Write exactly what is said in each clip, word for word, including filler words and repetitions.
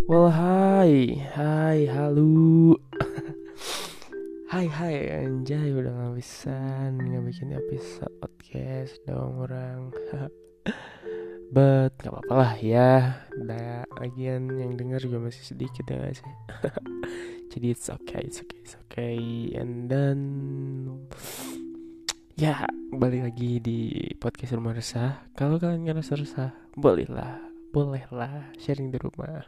Well, hai, hai, halo, hai, hai, anjay, udah ngabisan nggak bikin episode podcast dong orang. But nggak apa-apa lah ya, udah lagian yang denger juga masih sedikit ya gak sih. Jadi it's okay, it's okay, it's okay. And then ya balik lagi di podcast Rumah Resah. Kalau kalian ngerasa resah, bolehlah, bolehlah sharing di rumah.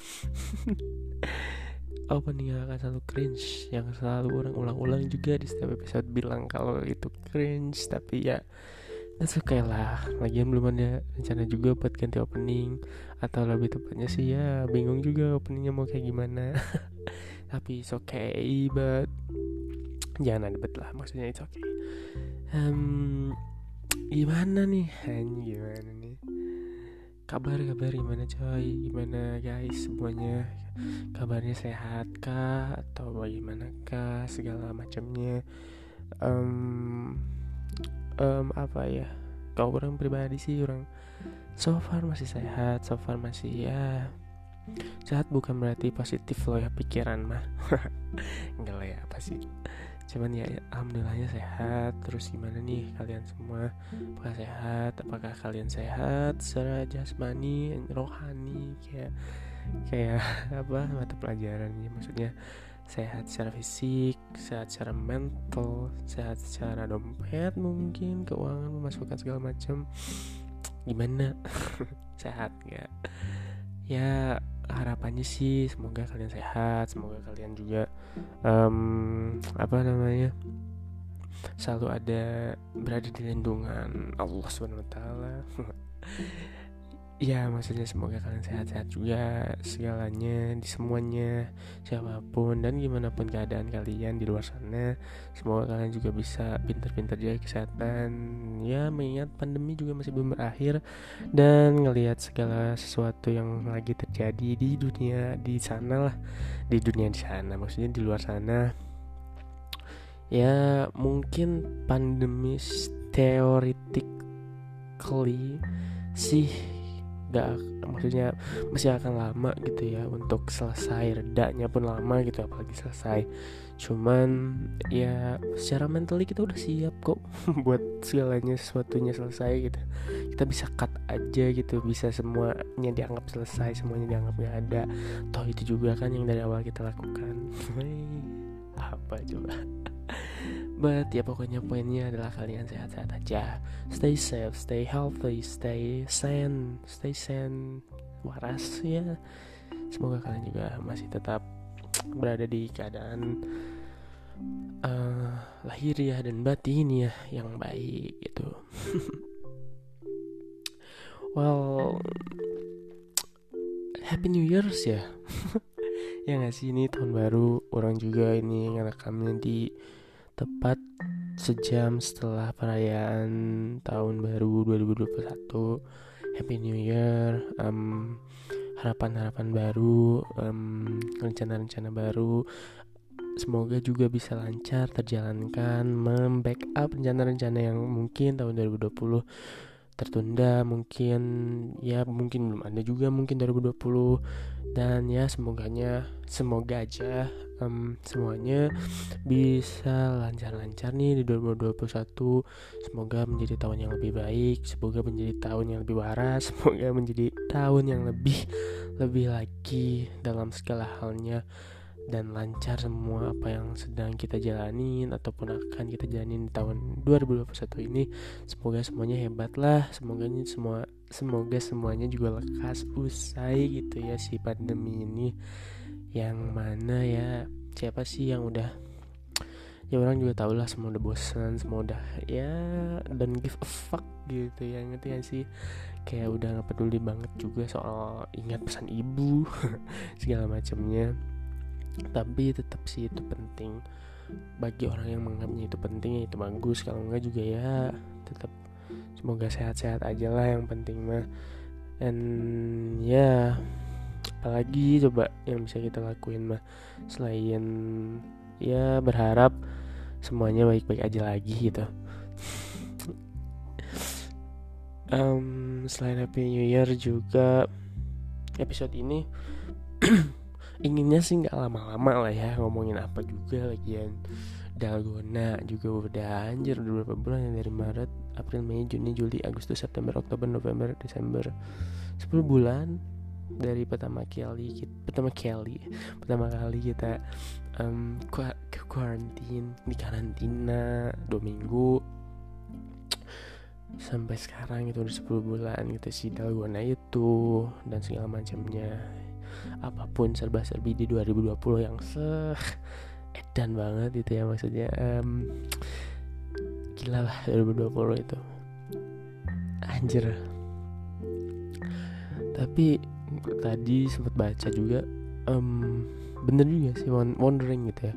Opening akan selalu cringe, yang selalu orang ulang-ulang juga di setiap episode bilang kalau itu cringe, tapi ya that's okay lah. Lagian belum ada rencana juga buat ganti opening, atau lebih tepatnya sih ya bingung juga openingnya mau kayak gimana. Tapi it's okay, but jangan ada bet lah, maksudnya it's okay. um, Gimana nih Han, gimana nih kabar-kabar, gimana coy, gimana guys semuanya, kabarnya sehat kah atau bagaimana kah segala macamnya. um, um, Apa ya, kalau orang pribadi sih orang so far masih sehat, so far masih ya sehat, bukan berarti positif loh ya pikiran mah. Enggak lah ya, apa sih, cuman ya alhamdulillahnya sehat. Terus gimana nih kalian semua, apakah sehat, apakah kalian sehat secara jasmani, rohani, kayak kayak apa mata pelajarannya, maksudnya sehat secara fisik, sehat secara mental, sehat secara dompet, mungkin keuangan, memasukkan segala macam, gimana? Sehat nggak ya? Harapannya sih semoga kalian sehat, semoga kalian juga um, apa namanya selalu ada, berada di lindungan Allah subhanahu wa taala. Ya maksudnya semoga kalian sehat-sehat juga segalanya, di semuanya, siapapun dan gimana pun keadaan kalian di luar sana. Semoga kalian juga bisa pintar-pintar jaga kesehatan, ya mengingat pandemi juga masih belum berakhir. Dan ngelihat segala sesuatu yang lagi terjadi di dunia di sana lah, di dunia di sana maksudnya di luar sana. Ya mungkin pandemi theoretically sih gak, maksudnya masih akan lama gitu ya untuk selesai, redanya pun lama gitu apalagi selesai. Cuman ya secara mentally kita udah siap kok buat segalanya, sesuatunya selesai gitu. Kita bisa cut aja gitu, bisa semuanya dianggap selesai, semuanya dianggap gak ada. Toh itu juga kan yang dari awal kita lakukan. Apa coba. But ya pokoknya poinnya adalah kalian sehat-sehat aja, stay safe, stay healthy, stay sane, stay sane, waras ya. Semoga kalian juga masih tetap berada di keadaan uh, lahiriah dan batiniah yang baik gitu. Well, Happy New Year's ya. Ya nggak sih, ini tahun baru, orang juga ini ngerekamnya di tepat sejam setelah perayaan tahun baru dua ribu dua puluh satu. Happy New Year. um, Harapan-harapan baru, um, rencana-rencana baru, semoga juga bisa lancar terjalankan, membackup rencana-rencana yang mungkin tahun dua ribu dua puluh tertunda, mungkin ya mungkin belum ada juga mungkin dua ribu dua puluh. Dan ya semoganya, semoga aja um, semuanya bisa lancar-lancar nih di dua ribu dua puluh satu. Semoga menjadi tahun yang lebih baik, semoga menjadi tahun yang lebih waras, semoga menjadi tahun yang lebih lebih lagi dalam segala halnya, dan lancar semua apa yang sedang kita jalanin ataupun akan kita jalanin di tahun dua ribu dua puluh satu ini. Semoga semuanya hebat lah, semoga semua semoga semuanya juga lekas usai gitu ya si pandemi ini, yang mana ya siapa sih yang udah, ya orang juga tahu lah semua udah bosan, semua udah ya don't give a fuck gitu ya, ngerti gak sih, kayak udah gak peduli banget juga soal ingat pesan ibu segala macamnya. Tapi tetap sih itu penting bagi orang yang menganggapnya itu penting, ya itu bagus. Kalau enggak juga ya tetap semoga sehat-sehat aja lah yang penting mah. And ya apalagi coba yang bisa kita lakuin mah selain ya berharap semuanya baik-baik aja lagi gitu. um, Selain Happy New Year juga episode ini inginnya sih nggak lama-lama lah ya, ngomongin apa juga lagian. Dalgona juga udah anjir udah berapa bulan ya, dari Maret, April, Mei, Juni, Juli, Agustus, September, Oktober, November, Desember, sepuluh bulan dari pertama kali kita, pertama kali pertama kali kita um, ke quarantine, di karantina dua minggu sampai sekarang itu udah sepuluh bulan gitu sih. Dalgona itu dan segala macamnya, apapun serba-serbi di dua ribu dua puluh yang se edan banget itu ya, maksudnya um, gila lah dua ribu dua puluh itu anjir. Tapi tadi sempat baca juga, um, bener juga sih, wondering gitu ya,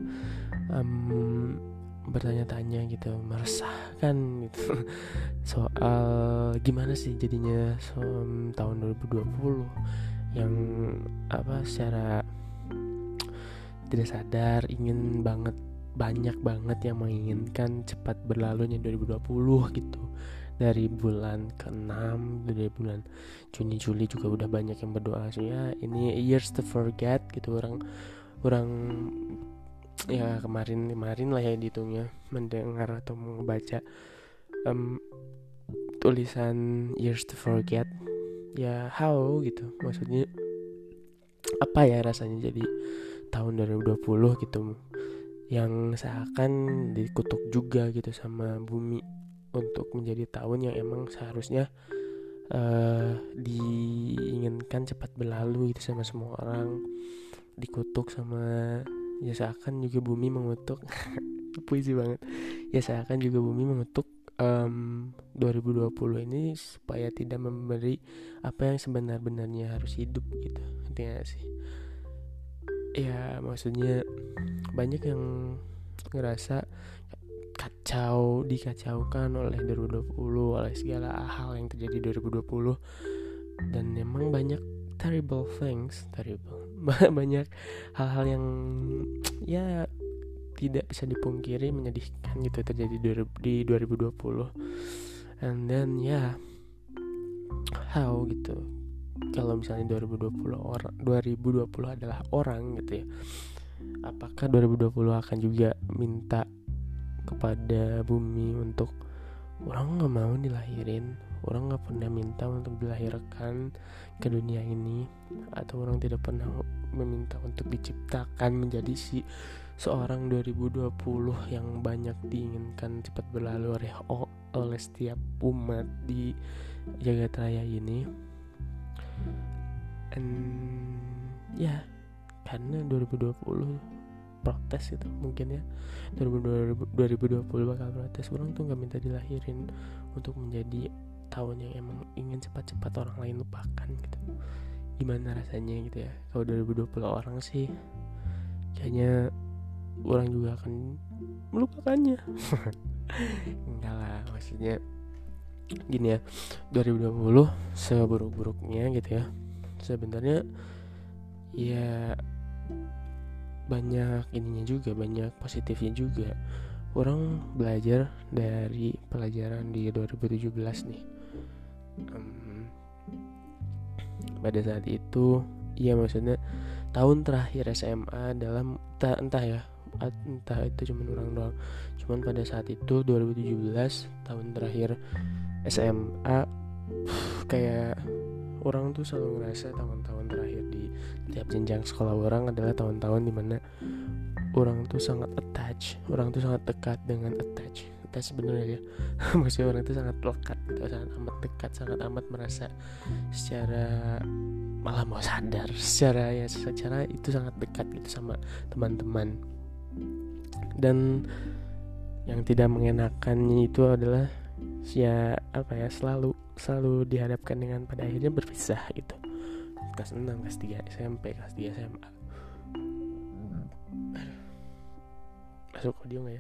um, bertanya-tanya gitu, meresahkan gitu soal gimana sih jadinya um, tahun dua ribu dua puluh yang apa secara tidak sadar ingin banget, banyak banget yang menginginkan cepat berlalunya dua ribu dua puluh gitu. Dari bulan keenam, dari bulan Juni, Juli juga udah banyak yang berdoa sih ya, ini years to forget gitu. Orang orang ya kemarin-kemarin lah ya dihitungnya mendengar atau membaca um, tulisan years to forget. Ya how gitu, maksudnya apa ya rasanya jadi tahun dua ribu dua puluh gitu, yang seakan dikutuk juga gitu sama bumi untuk menjadi tahun yang emang seharusnya uh, diinginkan cepat berlalu gitu sama semua orang. Dikutuk sama, ya seakan juga bumi mengutuk puisi banget ya, seakan juga bumi mengutuk um, dua ribu dua puluh ini supaya tidak memberi apa yang sebenar-benarnya harus hidup gitu. Intinya sih ya, maksudnya banyak yang ngerasa kacau, dikacaukan oleh dua ribu dua puluh, oleh segala hal yang terjadi dua ribu dua puluh. Dan memang banyak terrible things, terrible banyak hal-hal yang ya tidak bisa dipungkiri menyedihkan gitu terjadi di dua ribu dua puluh. And then ya yeah, how gitu, kalau misalnya dua ribu dua puluh orang, dua ribu dua puluh adalah orang gitu ya, apakah dua ribu dua puluh akan juga minta kepada bumi untuk, orang gak mau dilahirin, orang gak pernah minta untuk dilahirkan ke dunia ini, atau orang tidak pernah meminta untuk diciptakan menjadi si seorang dua ribu dua puluh yang banyak diinginkan cepat berlalu oleh, oleh setiap umat di jagat raya ini. And ya yeah, karena dua ribu dua puluh protes gitu mungkin ya, dua ribu dua puluh bakal protes, orang tuh gak minta dilahirin untuk menjadi tahun yang emang ingin cepat-cepat orang lain lupakan gitu. Gimana rasanya gitu ya kalau dua ribu dua puluh orang sih, kayaknya orang juga akan melupakannya. Enggak lah, maksudnya gini ya, dua ribu dua puluh seburuk-buruknya gitu ya, sebenarnya ya banyak ininya juga, banyak positifnya juga. Orang belajar dari pelajaran di dua ribu tujuh belas nih. Um, pada saat itu, ya maksudnya tahun terakhir S M A dalam entah, entah ya, entah itu cuma orang doang. Cuman pada saat itu dua ribu tujuh belas tahun terakhir S M A, kayak orang tuh selalu ngerasa tahun-tahun terakhir di tiap jenjang sekolah orang adalah tahun-tahun dimana orang tuh sangat attach, orang tuh sangat dekat dengan attach, attach sebenarnya ya. Maksudnya orang tuh sangat lekat gitu, sangat amat dekat, sangat amat merasa secara, malah mau sadar secara ya secara itu sangat dekat gitu sama teman-teman. Dan yang tidak mengenakannya itu adalah ya apa ya, selalu selalu dihadapkan dengan pada akhirnya berpisah gitu. Kelas enam, kelas tiga S M P, kelas tiga S M A. Masuk audio gak ya?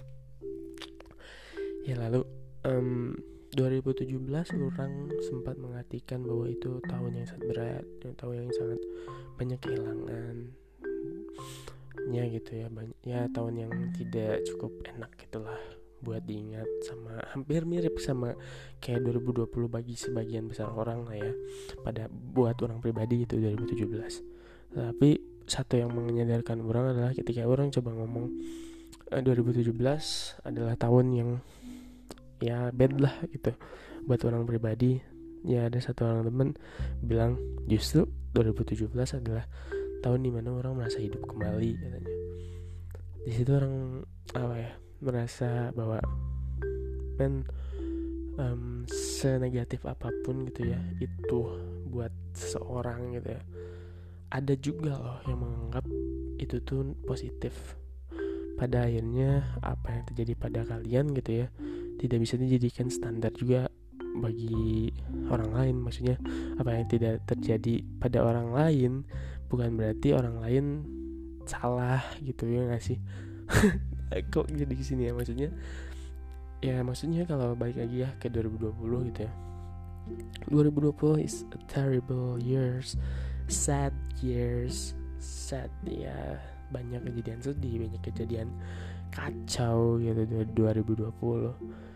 Ya lalu um, dua ribu tujuh belas orang sempat mengartikan bahwa itu tahun yang sangat berat, tahun yang sangat banyak kehilangan nya gitu ya, banyak ya, tahun yang tidak cukup enak gitulah buat diingat, sama hampir mirip sama kayak dua ribu dua puluh bagi sebagian besar orang lah ya, pada buat orang pribadi itu dua ribu tujuh belas. Tapi satu yang menyadarkan orang adalah ketika orang coba ngomong eh, dua ribu tujuh belas adalah tahun yang ya bad lah gitu buat orang pribadi. Ya ada satu orang temen bilang justru dua ribu tujuh belas adalah tahun dimana orang merasa hidup kembali katanya. Di situ orang apa ya merasa bahwa men um, senegatif apapun gitu ya itu buat seseorang gitu ya, ada juga loh yang menganggap itu tuh positif. Pada akhirnya apa yang terjadi pada kalian gitu ya tidak bisa dijadikan standar juga bagi orang lain. Maksudnya apa yang tidak terjadi pada orang lain bukan berarti orang lain salah gitu ya nggak sih? Kok jadi kesini ya maksudnya? Ya maksudnya kalau balik lagi ya ke dua ribu dua puluh gitu ya, dua ribu dua puluh is a terrible years, sad years, sad ya, banyak kejadian sedih, banyak kejadian kacau gitu di dua ribu dua puluh,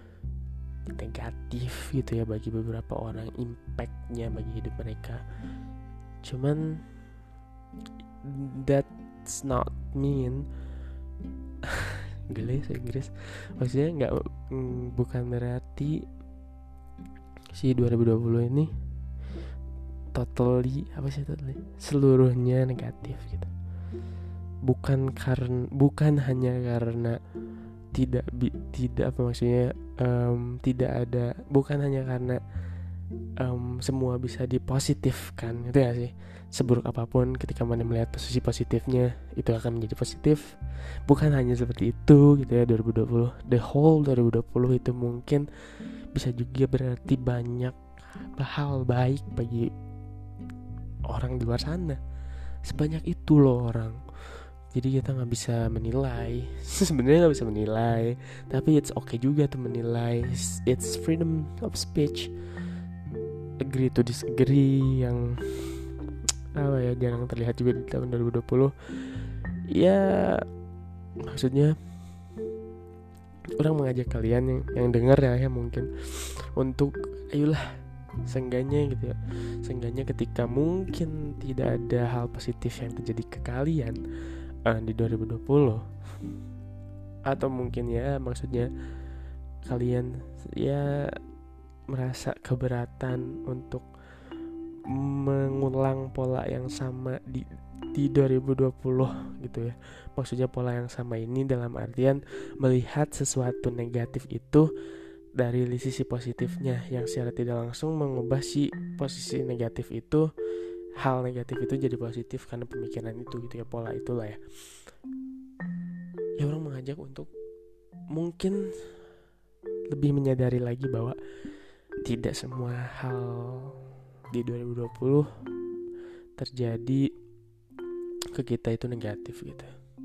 negatif gitu ya bagi beberapa orang, impactnya bagi hidup mereka. Cuman that's not mean gelis Inggris, maksudnya nggak mm, bukan berarti si dua ribu dua puluh ini totally apa sih totally seluruhnya negatif gitu. Bukan karena bukan hanya karena tidak bi, tidak apa maksudnya um, tidak ada, bukan hanya karena um, semua bisa dipositifkan gitu ya sih. Seburuk apapun ketika mana melihat posisi positifnya itu akan menjadi positif. Bukan hanya seperti itu gitu ya dua ribu dua puluh. The whole dua ribu dua puluh itu mungkin bisa juga berarti banyak hal baik bagi orang di luar sana. Sebanyak itu loh orang. Jadi kita nggak bisa menilai. Sebenarnya nggak bisa menilai, tapi it's okay juga tuh menilai. It's freedom of speech. Agree to disagree yang apa ya jarang terlihat juga di tahun dua ribu dua puluh. Ya maksudnya orang mengajak kalian yang yang dengar ya, ya mungkin untuk ayolah seenggaknya gitu ya, seenggaknya ketika mungkin tidak ada hal positif yang terjadi ke kalian uh, di dua ribu dua puluh, atau mungkin ya maksudnya kalian ya merasa keberatan untuk mengulang pola yang sama di di dua ribu dua puluh gitu ya. Maksudnya pola yang sama ini dalam artian melihat sesuatu negatif itu dari sisi positifnya, yang secara tidak langsung mengubah si posisi negatif itu, hal negatif itu jadi positif karena pemikiran itu gitu ya, pola itulah ya. Ya orang mengajak untuk mungkin lebih menyadari lagi bahwa tidak semua hal di dua ribu dua puluh terjadi ke kita itu negatif gitu.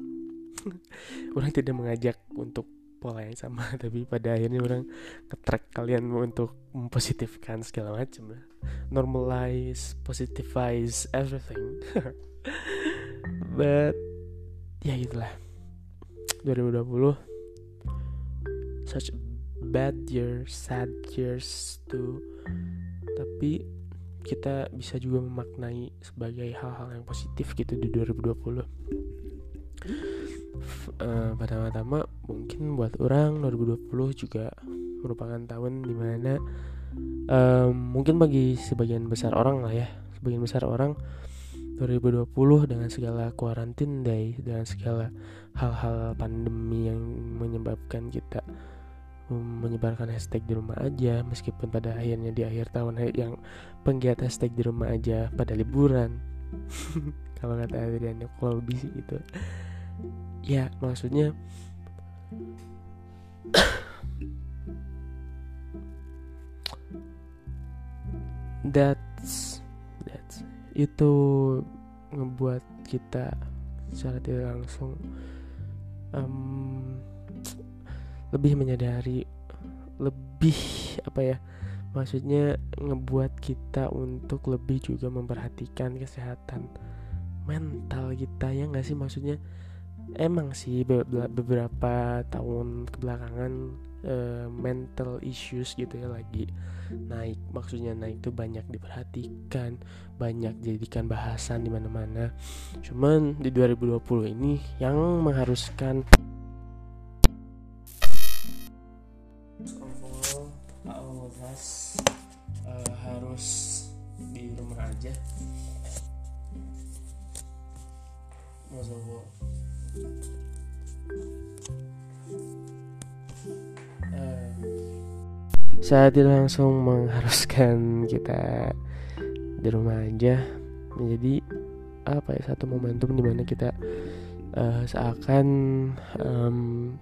Orang tidak mengajak untuk pola yang sama, tapi pada akhirnya orang nge-track kalian untuk mempositifkan segala macam lah. Normalize, positivize everything. But ya itulah dua ribu dua puluh such a bad year, sad years too. Tapi kita bisa juga memaknai sebagai hal-hal yang positif gitu di dua ribu dua puluh. Uh, pertama-tama mungkin buat orang dua ribu dua puluh juga merupakan tahun dimana um, mungkin bagi sebagian besar orang lah ya, sebagian besar orang dua ribu dua puluh dengan segala quarantine day, dengan segala hal-hal pandemi yang menyebabkan kita menyebarkan hashtag di rumah aja, meskipun pada akhirnya di akhir tahun yang penggiat hashtag di rumah aja pada liburan. Kalau kata Adriano Colby sih itu. Ya maksudnya that's that's itu ngebuat kita secara tidak langsung um, lebih menyadari, lebih apa ya, maksudnya ngebuat kita untuk lebih juga memperhatikan kesehatan mental kita ya nggak sih, maksudnya emang sih be- be- beberapa tahun kebelakangan uh, mental issues gitu ya lagi naik. Maksudnya naik itu banyak diperhatikan, banyak dijadikan bahasan di mana-mana. Cuman di dua ribu dua puluh ini yang mengharuskan all of us uh, harus di rumah aja. Maksudnya saat itu langsung mengharuskan kita di rumah aja, menjadi apa ya, satu momentum dimana kita uh, seakan um,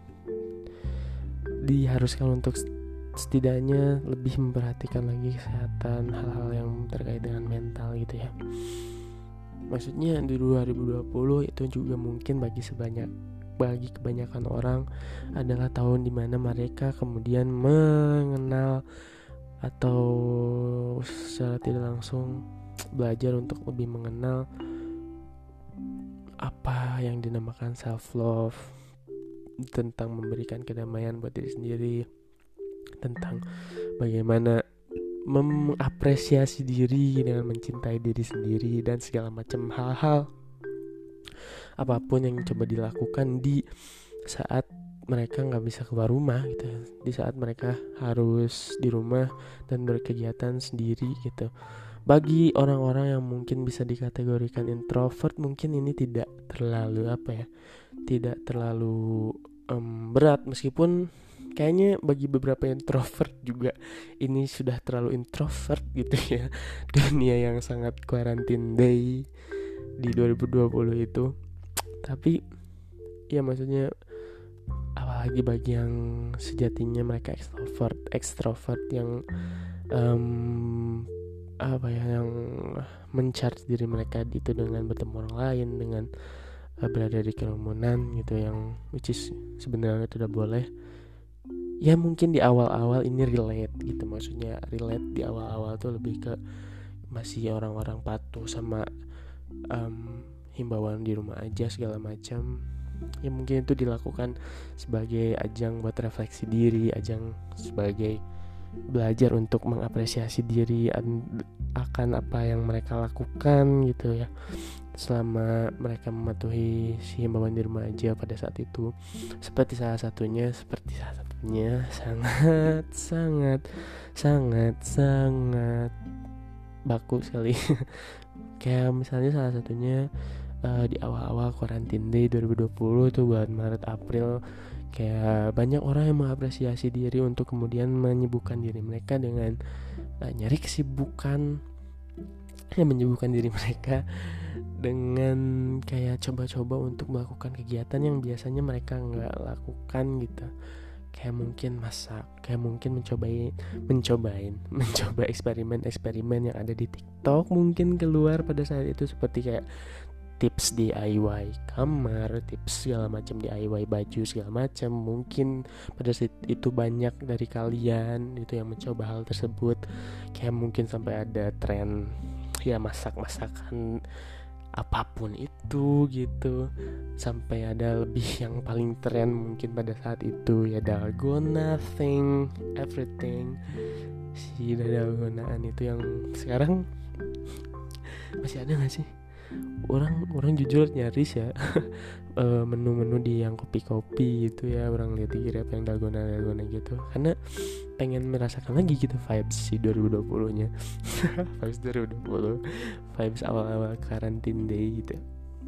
diharuskan untuk setidaknya lebih memperhatikan lagi kesehatan, hal-hal yang terkait dengan mental gitu ya. Maksudnya di dua ribu dua puluh itu juga mungkin bagi sebanyak bagi kebanyakan orang adalah tahun dimana mereka kemudian mengenal atau secara tidak langsung belajar untuk lebih mengenal apa yang dinamakan self love, tentang memberikan kedamaian buat diri sendiri, tentang bagaimana mengapresiasi diri dengan mencintai diri sendiri dan segala macam hal-hal apapun yang coba dilakukan di saat mereka nggak bisa keluar rumah gitu, di saat mereka harus di rumah dan berkegiatan sendiri gitu. Bagi orang-orang yang mungkin bisa dikategorikan introvert, mungkin ini tidak terlalu apa ya, tidak terlalu um, berat, meskipun kayaknya bagi beberapa introvert juga ini sudah terlalu introvert gitu ya. Dunia yang sangat quarantine day di dua ribu dua puluh itu. Tapi ya maksudnya apalagi bagi yang sejatinya mereka ekstrovert, ekstrovert yang um, apa ya, yang mencharge diri mereka itu dengan bertemu orang lain, dengan uh, berada di kerumunan gitu, yang which is sebenarnya tidak boleh. Ya mungkin di awal-awal ini relate gitu, maksudnya relate di awal-awal tuh lebih ke masih orang-orang patuh sama um, himbauan di rumah aja segala macam. Ya mungkin itu dilakukan sebagai ajang buat refleksi diri, ajang sebagai belajar untuk mengapresiasi diri akan apa yang mereka lakukan gitu ya, selama mereka mematuhi si himbauan di rumah aja pada saat itu. Seperti salah satunya, seperti salah satunya sangat sangat sangat sangat baku sekali. Kayak misalnya salah satunya uh, di awal-awal quarantine day dua ribu dua puluh tuh, bulan Maret April, kayak banyak orang yang mengapresiasi diri untuk kemudian menyibukkan diri mereka dengan uh, nyari kesibukan yang menyibukkan diri mereka dengan kayak coba-coba untuk melakukan kegiatan yang biasanya mereka nggak lakukan gitu. Kayak mungkin masak, kayak mungkin mencobain mencobain mencoba eksperimen-eksperimen yang ada di TikTok mungkin keluar pada saat itu, seperti kayak tips D I Y kamar, tips segala macam D I Y baju segala macam. Mungkin pada saat itu banyak dari kalian itu yang mencoba hal tersebut. Kayak mungkin sampai ada tren ya masak-masakan apapun itu gitu, sampai ada lebih yang paling tren mungkin pada saat itu ya dalgona thing, everything, si dalgonaan itu yang sekarang masih ada nggak sih? Orang orang jujur nyaris ya menu-menu di yang kopi-kopi gitu ya, orang lihat di Grab yang dalgona-dalgona gitu, karena pengen merasakan lagi gitu vibes si dua ribu dua puluh nya. Vibes dua ribu dua puluh, vibes awal-awal quarantine day gitu.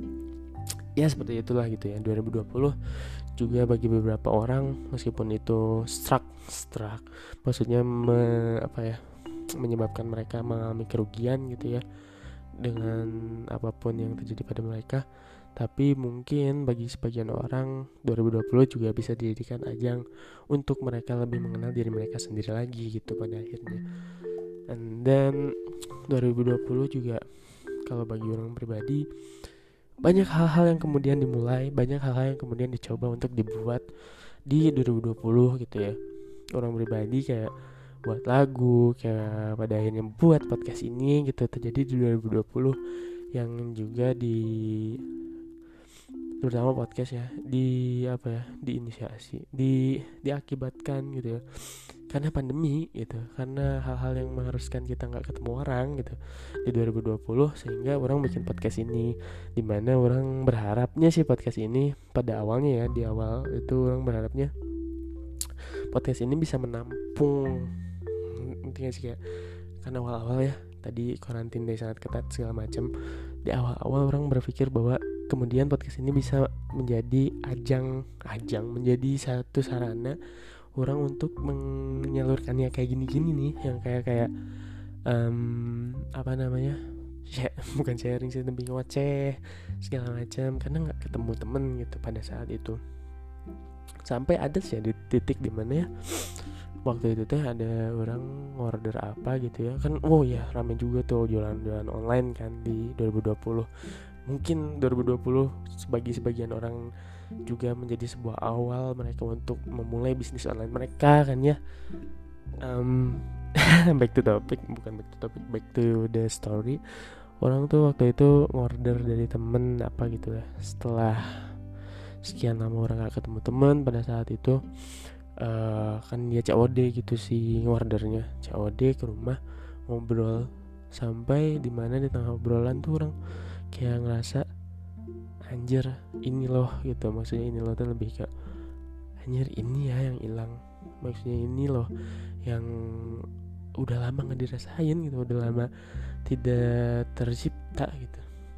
Ya seperti itulah gitu ya. Dua ribu dua puluh juga bagi beberapa orang, meskipun itu struck struck maksudnya me, apa ya menyebabkan mereka mengalami kerugian gitu ya dengan apapun yang terjadi pada mereka, tapi mungkin bagi sebagian orang dua ribu dua puluh juga bisa dijadikan ajang untuk mereka lebih mengenal diri mereka sendiri lagi gitu pada akhirnya. And then dua ribu dua puluh juga kalau bagi orang pribadi banyak hal-hal yang kemudian dimulai, banyak hal-hal yang kemudian dicoba untuk dibuat di dua ribu dua puluh gitu ya. Orang pribadi kayak buat lagu, kayak pada akhirnya buat podcast ini gitu, terjadi di dua ribu dua puluh, yang juga di terutama podcast ya, di apa ya, diinisiasi, di diakibatkan gitu ya, karena pandemi gitu, karena hal-hal yang mengharuskan kita nggak ketemu orang gitu di dua ribu dua puluh, sehingga orang bikin podcast ini. Dimana orang berharapnya sih podcast ini pada awalnya ya, di awal itu orang berharapnya podcast ini bisa menampung, intinya sih kayak, karena awal-awal ya tadi karantin dari sangat ketat segala macam, di awal-awal orang berpikir bahwa kemudian podcast ini bisa menjadi ajang ajang menjadi satu sarana orang untuk menyalurkannya kayak gini-gini nih, yang kayak kayak um, apa namanya, share, bukan sharing sih, tapi ngoceh segala macam, karena nggak ketemu temen gitu pada saat itu. Sampai ada sih di titik dimana ya, waktu itu teh ada orang order apa gitu ya kan, oh ya rame juga tuh jualan-jualan online kan di dua ribu dua puluh. Mungkin dua ribu dua puluh sebagai sebagian orang juga menjadi sebuah awal mereka untuk memulai bisnis online mereka kan ya. um, back to topic, bukan back to topic, back to the story. Orang tuh waktu itu order dari temen apa gitu ya, setelah sekian lama orang gak ketemu temen pada saat itu. Uh, kan dia C O D gitu sih ordernya, C O D ke rumah ngobrol, sampai dimana di tengah obrolan tuh orang kayak ngerasa anjir ini loh gitu, maksudnya ini loh tuh lebih ke anjir ini ya yang hilang, maksudnya ini loh yang udah lama nggak dirasain gitu, udah lama tidak tercipta gitu.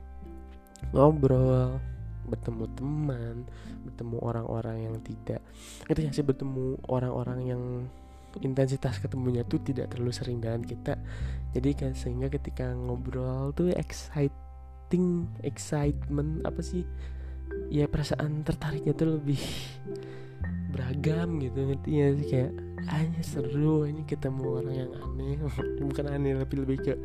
Ngobrol, bertemu teman, bertemu orang-orang yang tidak, itu ya sih, bertemu orang-orang yang intensitas ketemunya tuh tidak terlalu sering dengan kita. Jadi kan sehingga ketika ngobrol tuh exciting, excitement apa sih? Ya perasaan tertariknya tuh lebih beragam gitu, intinya sih kayak hanya seru ini ketemu orang yang aneh, bukan aneh tapi lebih ke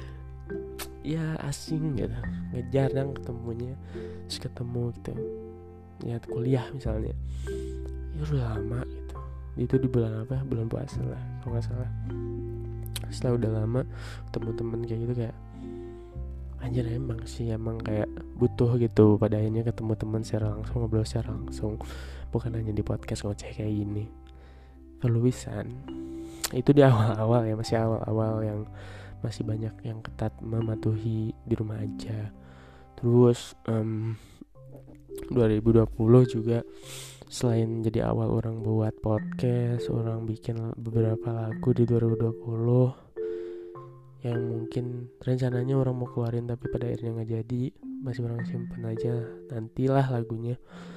ya asing gitu, nggak jarang ketemunya, terus ketemu gitu ya kuliah misalnya, ya udah lama gitu, itu di bulan apa, bulan puasa lah kalau nggak salah. Setelah udah lama ketemu temen kayak gitu, kayak anjir emang sih, emang kayak butuh gitu pada akhirnya ketemu teman secara langsung, ngobrol secara langsung, bukan hanya di podcast ngoceh kayak gini. Perlu pisan. Itu di awal-awal ya, masih awal-awal yang masih banyak yang ketat mematuhi di rumah aja. Terus um, dua ribu dua puluh juga selain jadi awal orang buat podcast, orang bikin beberapa lagu di dua ribu dua puluh yang mungkin rencananya orang mau keluarin tapi pada akhirnya gak jadi, masih orang simpen aja, nantilah lagunya.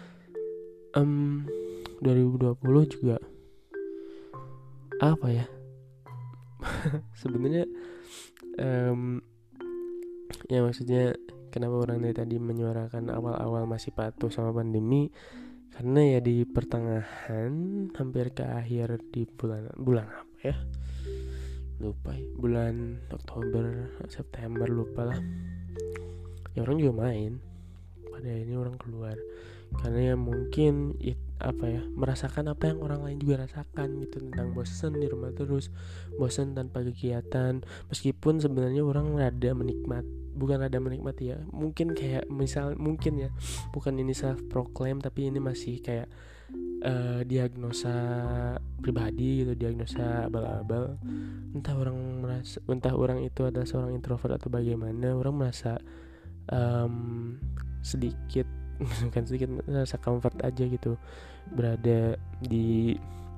um, dua ribu dua puluh juga apa ya sebenarnya um, ya maksudnya kenapa orang dari tadi menyuarakan awal-awal masih patuh sama pandemi, karena ya di pertengahan hampir ke akhir di bulan bulan apa ya lupa ya, bulan Oktober September lupa lah ya, orang juga main, pada ini orang keluar karena ya mungkin it, apa ya merasakan apa yang orang lain juga rasakan gitu, tentang bosan di rumah terus, bosan tanpa kegiatan. Meskipun sebenarnya orang rada menikmat, bukan rada menikmati ya, mungkin kayak misal mungkin ya bukan ini self proclaim, tapi ini masih kayak uh, diagnosa pribadi gitu, diagnosa abal-abal. Entah orang merasa, entah orang itu adalah seorang introvert atau bagaimana, orang merasa um, sedikit bukan sedikit merasa comfort aja gitu berada di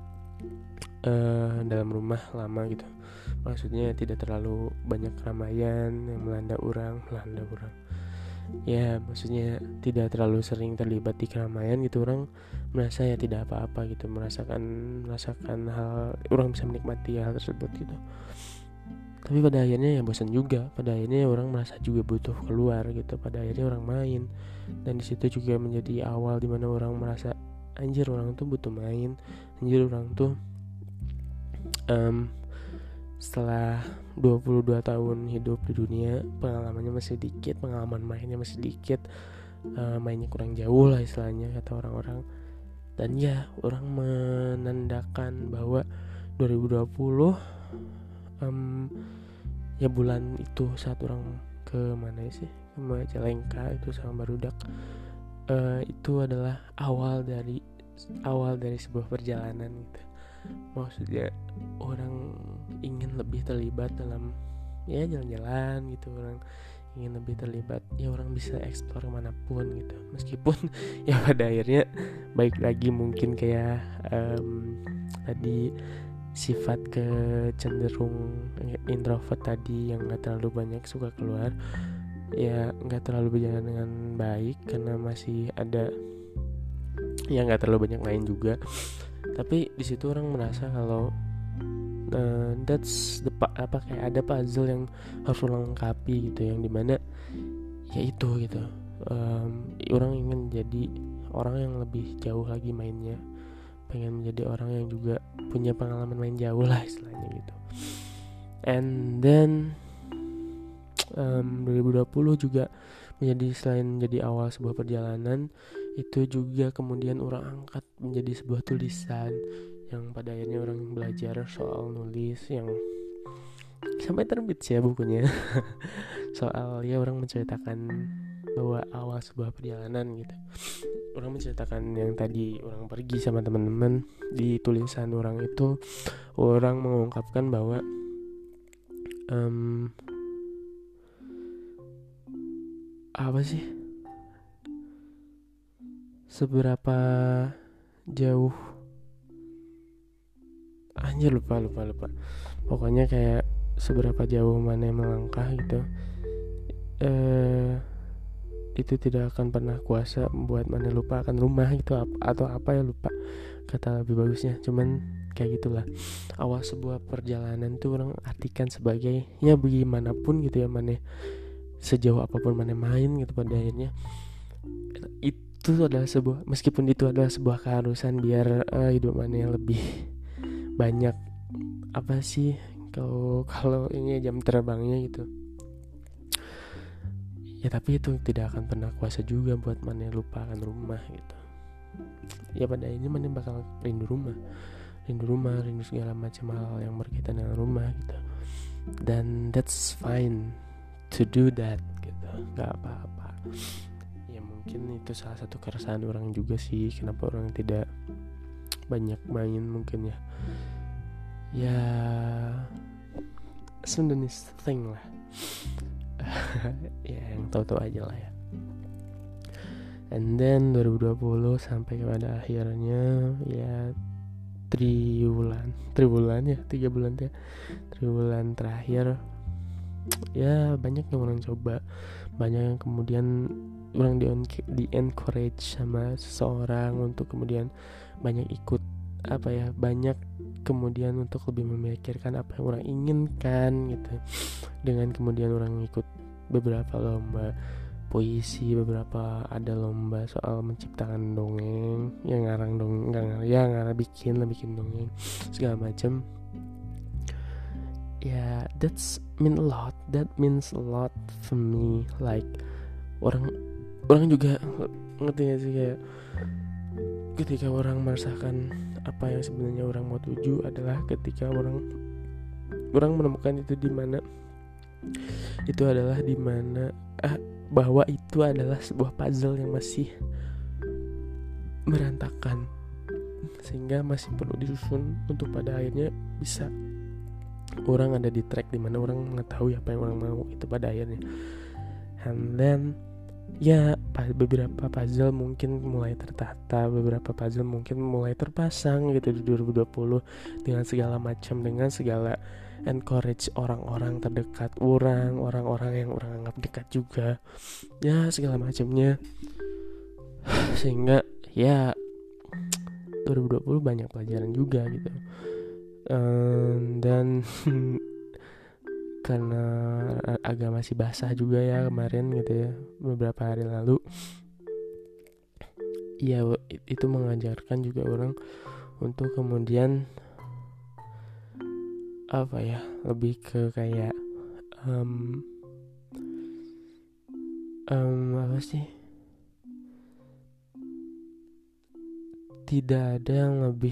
uh, dalam rumah lama gitu. Maksudnya tidak terlalu banyak keramaian yang melanda orang, melanda orang. Ya maksudnya tidak terlalu sering terlibat di keramaian gitu, orang merasa ya tidak apa-apa gitu, merasakan merasakan hal, orang bisa menikmati hal tersebut gitu. Tapi pada akhirnya ya bosan juga, pada akhirnya orang merasa juga butuh keluar gitu, pada akhirnya orang main, dan di situ juga menjadi awal dimana orang merasa anjir orang tuh butuh main, anjir orang tuh um, setelah dua puluh dua tahun hidup di dunia, pengalamannya masih dikit, pengalaman mainnya masih dikit, uh, mainnya kurang jauh lah istilahnya kata orang-orang. Dan ya orang menandakan bahwa dua ribu dua puluh um, ya bulan itu saat orang ke mana sih, ke Majalengka itu sama barudak, uh, itu adalah awal dari awal dari sebuah perjalanan gitu. Maksudnya orang ingin lebih terlibat dalam ya jalan-jalan gitu, orang ingin lebih terlibat, ya orang bisa explore kemanapun gitu, meskipun ya pada akhirnya baik lagi mungkin kayak um, tadi sifat kecenderung introvert tadi yang nggak terlalu banyak suka keluar, ya nggak terlalu berjalan dengan baik karena masih ada ya nggak terlalu banyak main juga. Tapi di situ orang merasa kalau uh, that's the apa kayak ada puzzle yang harus orang lengkapi gitu, yang dimana ya itu gitu, um, orang ingin jadi orang yang lebih jauh lagi mainnya, pengen menjadi orang yang juga punya pengalaman main jauh lah istilahnya gitu. And then um, dua ribu dua puluh juga menjadi, selain menjadi awal sebuah perjalanan, itu juga kemudian orang angkat menjadi sebuah tulisan yang pada akhirnya orang belajar soal nulis, yang sampai terbit sih ya bukunya. Soal ya orang menceritakan bahwa awal sebuah perjalanan gitu. Orang menceritakan yang tadi orang pergi sama teman-teman. Di tulisan orang itu orang mengungkapkan bahwa um, apa sih seberapa jauh, anjir lupa lupa lupa pokoknya kayak seberapa jauh mana yang melangkah gitu, eh, itu tidak akan pernah kuasa membuat mana lupa akan rumah gitu, atau apa ya, lupa kata lebih bagusnya, cuman kayak gitulah. Awal sebuah perjalanan tuh orang artikan sebagai ya bagaimanapun gitu ya, mana sejauh apapun mana main gitu, pada akhirnya itu adalah sebuah, meskipun itu adalah sebuah keharusan biar uh, hidup mana yang lebih banyak apa sih kalau kalau ini jam terbangnya gitu ya, tapi itu tidak akan pernah kuasa juga buat mana lupakan rumah gitu ya. Pada akhirnya mana bakal rindu rumah rindu rumah rindu segala macam hal yang berkaitan dengan rumah gitu, dan that's fine to do that gitu, nggak apa-apa ya. Mungkin itu salah satu keresahan orang juga sih, kenapa orang tidak banyak main mungkin ya ya Sundanese thing lah. Ya yang tahu-tahu aja lah ya. And then dua ribu dua puluh sampai kepada akhirnya ya triwulan triwulan ya tiga bulan ya triwulan terakhir ya banyak yang orang coba, banyak yang kemudian orang di, di encourage sama seseorang untuk kemudian banyak ikut apa ya, banyak kemudian untuk lebih memikirkan apa yang orang inginkan gitu, dengan kemudian orang ikut beberapa lomba puisi, beberapa ada lomba soal menciptakan dongeng, yang ngarang dongeng, nggak ngarang, ya ngarang bikin lah bikin dongeng segala macam. Ya yeah, that's mean a lot, that means a lot for me. Like orang orang juga ngerti gak sih, kayak ketika orang merasakan apa yang sebenarnya orang mau tuju adalah ketika orang orang menemukan itu di mana itu adalah di mana ah, bahwa itu adalah sebuah puzzle yang masih berantakan, sehingga masih perlu disusun untuk pada akhirnya bisa orang ada di track di mana orang mengetahui apa yang orang mau itu pada akhirnya. And then ya beberapa puzzle mungkin mulai tertata, beberapa puzzle mungkin mulai terpasang gitu di dua ribu dua puluh dengan segala macam, dengan segala encourage orang-orang terdekat orang, orang-orang yang orang anggap dekat juga, ya segala macamnya. Sehingga ya dua ribu dua puluh banyak pelajaran juga gitu. Um, dan karena agak masih basah juga ya kemarin gitu ya, beberapa hari lalu ya, itu mengajarkan juga orang untuk kemudian apa ya, lebih ke kayak um, um, apa sih, tidak ada yang lebih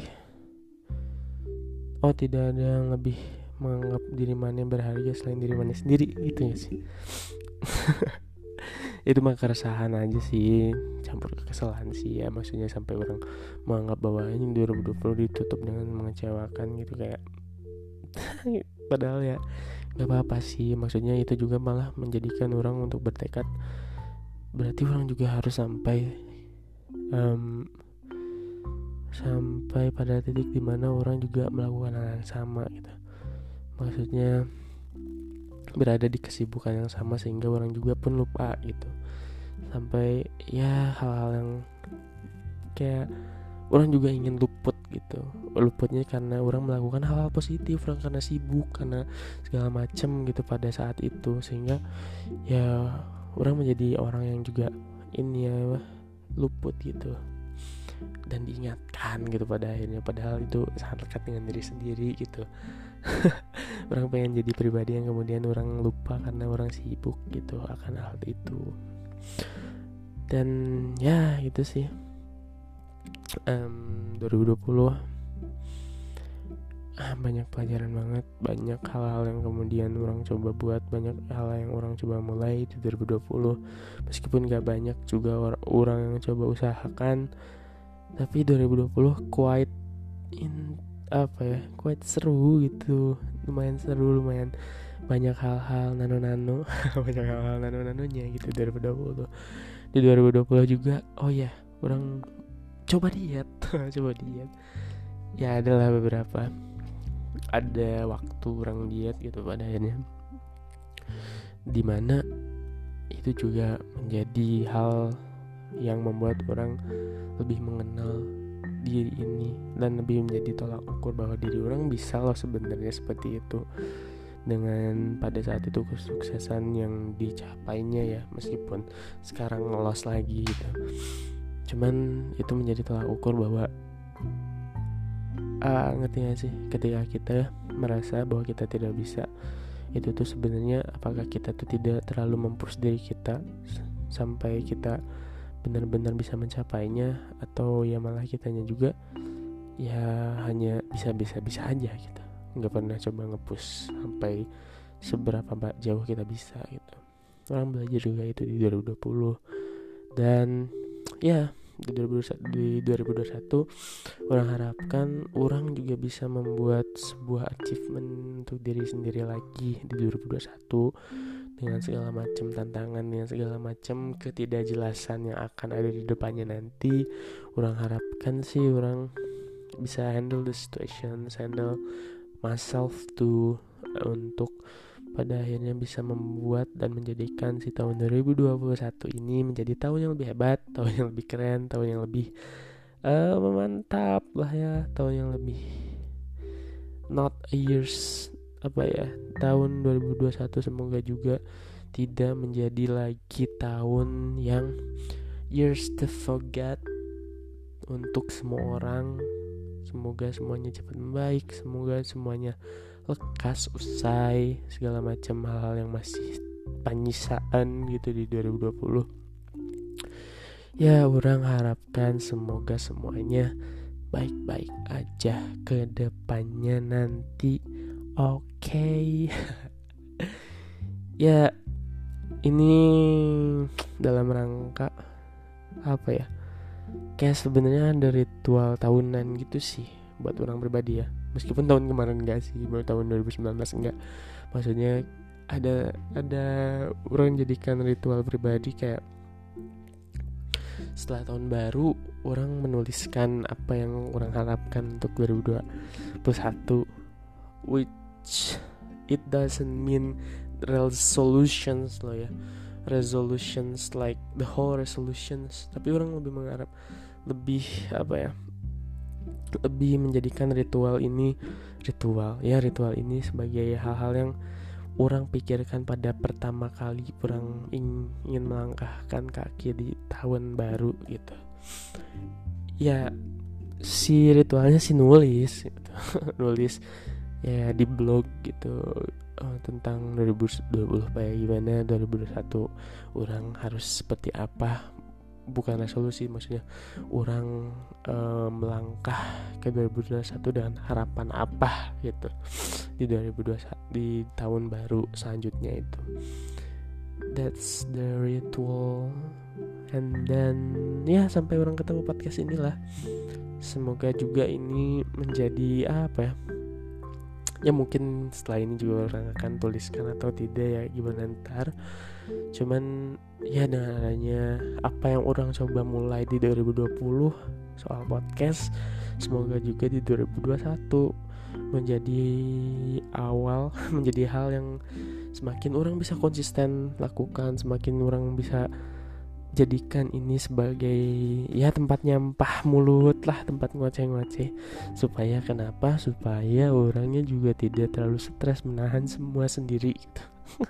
oh tidak ada yang lebih menganggap diri mana yang berharga selain diri mana sendiri gitu ya sih. Itu mah keresahan aja sih, campur kekesalan sih ya, maksudnya sampai orang menganggap bahwa ini dua ribu dua puluh ditutup dengan mengecewakan gitu, kayak padahal ya nggak apa-apa sih, maksudnya itu juga malah menjadikan orang untuk bertekad, berarti orang juga harus sampai um, sampai pada titik dimana orang juga melakukan hal yang sama gitu, maksudnya berada di kesibukan yang sama sehingga orang juga pun lupa gitu, sampai ya hal-hal yang kayak orang juga ingin luput gitu, luputnya karena orang melakukan hal-hal positif, orang karena sibuk, karena segala macam gitu pada saat itu, sehingga ya orang menjadi orang yang juga ini ya luput gitu dan diingatkan gitu pada akhirnya, padahal itu sangat dekat dengan diri sendiri gitu. Orang pengen jadi pribadi yang kemudian orang lupa karena orang sibuk gitu akan hal itu. Dan ya itu sih um, dua ribu dua puluh ah, banyak pelajaran banget, banyak hal-hal yang kemudian orang coba buat, banyak hal yang orang coba mulai di dua ribu dua puluh, meskipun gak banyak juga or- orang yang coba usahakan, tapi dua ribu dua puluh quite in apa ya quite seru gitu, lumayan seru, lumayan banyak hal-hal nano-nano banyak hal-hal nano-nanonya gitu dua ribu dua puluh. Di dua ribu dua puluh juga oh ya orang coba diet coba diet ya, adalah beberapa ada waktu orang diet gitu pada akhirnya, dimana itu juga menjadi hal yang membuat orang lebih mengenal diri ini dan lebih menjadi tolak ukur bahwa diri orang bisa loh sebenarnya seperti itu, dengan pada saat itu kesuksesan yang dicapainya ya, meskipun sekarang ngelos lagi gitu, cuman itu menjadi tolak ukur bahwa ah, ngerti gak sih, ketika kita merasa bahwa kita tidak bisa, itu tuh sebenarnya apakah kita tuh tidak terlalu mempush diri kita sampai kita benar-benar bisa mencapainya, atau ya malah kitanya juga ya hanya bisa-bisa bisa aja gitu, nggak pernah coba nge-push sampai seberapa jauh kita bisa gitu. Orang belajar juga itu di dua ribu dua puluh, dan ya di dua ribu dua puluh satu, di dua ribu dua puluh satu orang harapkan orang juga bisa membuat sebuah achievement untuk diri sendiri lagi di dua ribu dua puluh satu, dengan segala macam tantangan, dengan segala macam ketidakjelasan yang akan ada di depannya nanti. Orang harapkan sih orang bisa handle the situation, handle myself to untuk pada akhirnya bisa membuat dan menjadikan si tahun dua ribu dua puluh satu ini menjadi tahun yang lebih hebat, tahun yang lebih keren, tahun yang lebih uh, memantap lah ya, tahun yang lebih not a years apa ya, tahun dua ribu dua puluh satu semoga juga tidak menjadi lagi tahun yang years to forget untuk semua orang. Semoga semuanya cepat membaik, semoga semuanya lekas usai segala macam hal-hal yang masih penyiksaan gitu di dua ribu dua puluh. Ya, orang harapkan semoga semuanya baik-baik aja ke depannya nanti. Oke. Okay. Ya, ini dalam rangka apa ya? Kayak sebenarnya ada ritual tahunan gitu sih buat orang pribadi ya. Meskipun tahun kemarin enggak sih, baru tahun dua ribu sembilan belas enggak. Maksudnya ada ada orang jadikan ritual pribadi kayak setelah tahun baru orang menuliskan apa yang orang harapkan untuk dua ribu dua puluh satu, which it doesn't mean resolutions loh ya, resolutions like the whole resolutions, tapi orang lebih mengharap lebih apa ya, lebih menjadikan ritual ini ritual ya ritual ini sebagai hal-hal yang orang pikirkan pada pertama kali orang ingin melangkahkan kaki di tahun baru gitu ya. Si ritualnya sih nulis gitu. Nulis ya di blog gitu, uh, tentang dua ribu dua puluh kayak gimana, dua ribu dua puluh satu orang harus seperti apa, bukan resolusi, maksudnya orang uh, melangkah ke dua ribu dua puluh satu dengan harapan apa gitu di dua ribu dua puluh satu, di tahun baru selanjutnya itu. that's the ritual. And then ya sampai orang ketemu podcast inilah. Semoga juga ini menjadi apa ya, ya mungkin setelah ini juga orang akan tuliskan atau tidak ya gimana ntar. Cuman ya dengan adanya apa yang orang coba mulai di dua ribu dua puluh soal podcast, semoga juga di dua ribu dua puluh satu menjadi awal, menjadi hal yang semakin orang bisa konsisten lakukan, semakin orang bisa jadikan ini sebagai ya tempat nyampah mulut lah, tempat ngoceh-ngoceh. Supaya kenapa? Supaya orangnya juga tidak terlalu stres menahan semua sendiri gitu.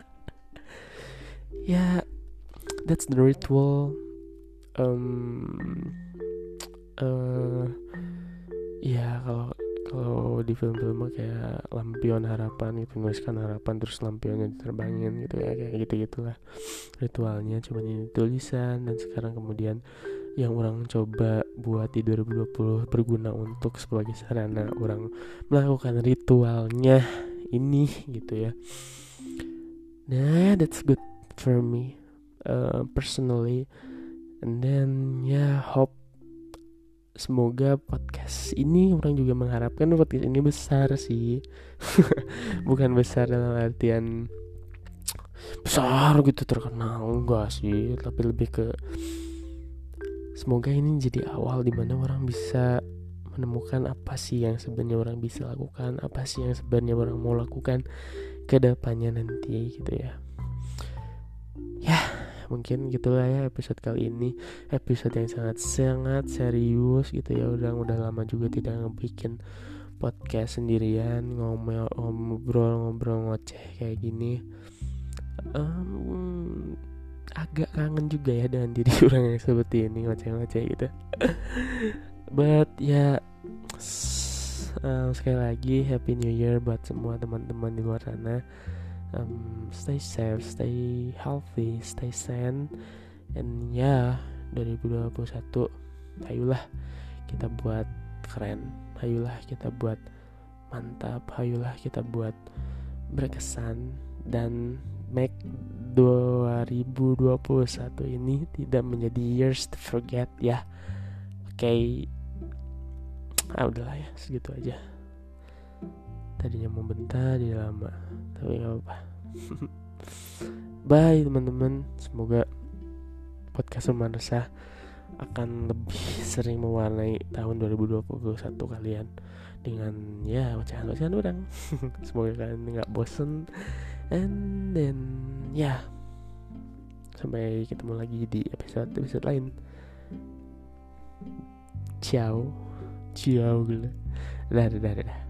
Ya, that's the ritual. Um, uh, ya kalau kalau di film-film kayak lampion harapan gitu, nuliskan harapan terus lampionnya diterbangin gitu ya, kayak gitu-gitulah ritualnya. Cuman ini tulisan, dan sekarang kemudian yang orang coba buat di dua ribu dua puluh berguna untuk sebagai sarana orang melakukan ritualnya ini gitu ya. Nah, that's good for me uh, personally. And then ya yeah, hope semoga podcast ini, orang juga mengharapkan podcast ini besar sih. Bukan besar dalam artian besar gitu terkenal, enggak sih, tapi lebih ke semoga ini jadi awal dimana orang bisa menemukan apa sih yang sebenarnya orang bisa lakukan, apa sih yang sebenarnya orang mau lakukan ke depannya nanti gitu ya. Ya mungkin gitulah ya episode kali ini, episode yang sangat-sangat serius gitu ya. Udah udah lama juga tidak ngebikin podcast sendirian, ngomel ngobrol-ngobrol ngoceh kayak gini. Um, agak kangen juga ya dengan diri orang yang seperti ini, ngoceh-ngoceh gitu. But ya um, sekali lagi Happy New Year buat semua teman-teman di luar sana. Um, stay safe, stay healthy, stay sane. And ya dua ribu dua puluh satu ayolah kita buat keren, ayolah kita buat mantap, ayolah kita buat berkesan, dan make dua ribu dua puluh satu ini tidak menjadi years to forget ya. Oke okay. Ah udahlah ya, segitu aja. Tadinya mau bentar jadi lama, tapi gak apa-apa. Bye teman-teman. Semoga podcast Rumah Resah akan lebih sering mewarnai tahun dua ribu dua puluh satu kalian dengan ya ocehan-ocehan orang. Semoga kalian gak bosen. And then ya sampai ketemu lagi di episode-episode lain. Ciao. Ciao. Dah dah dah dah.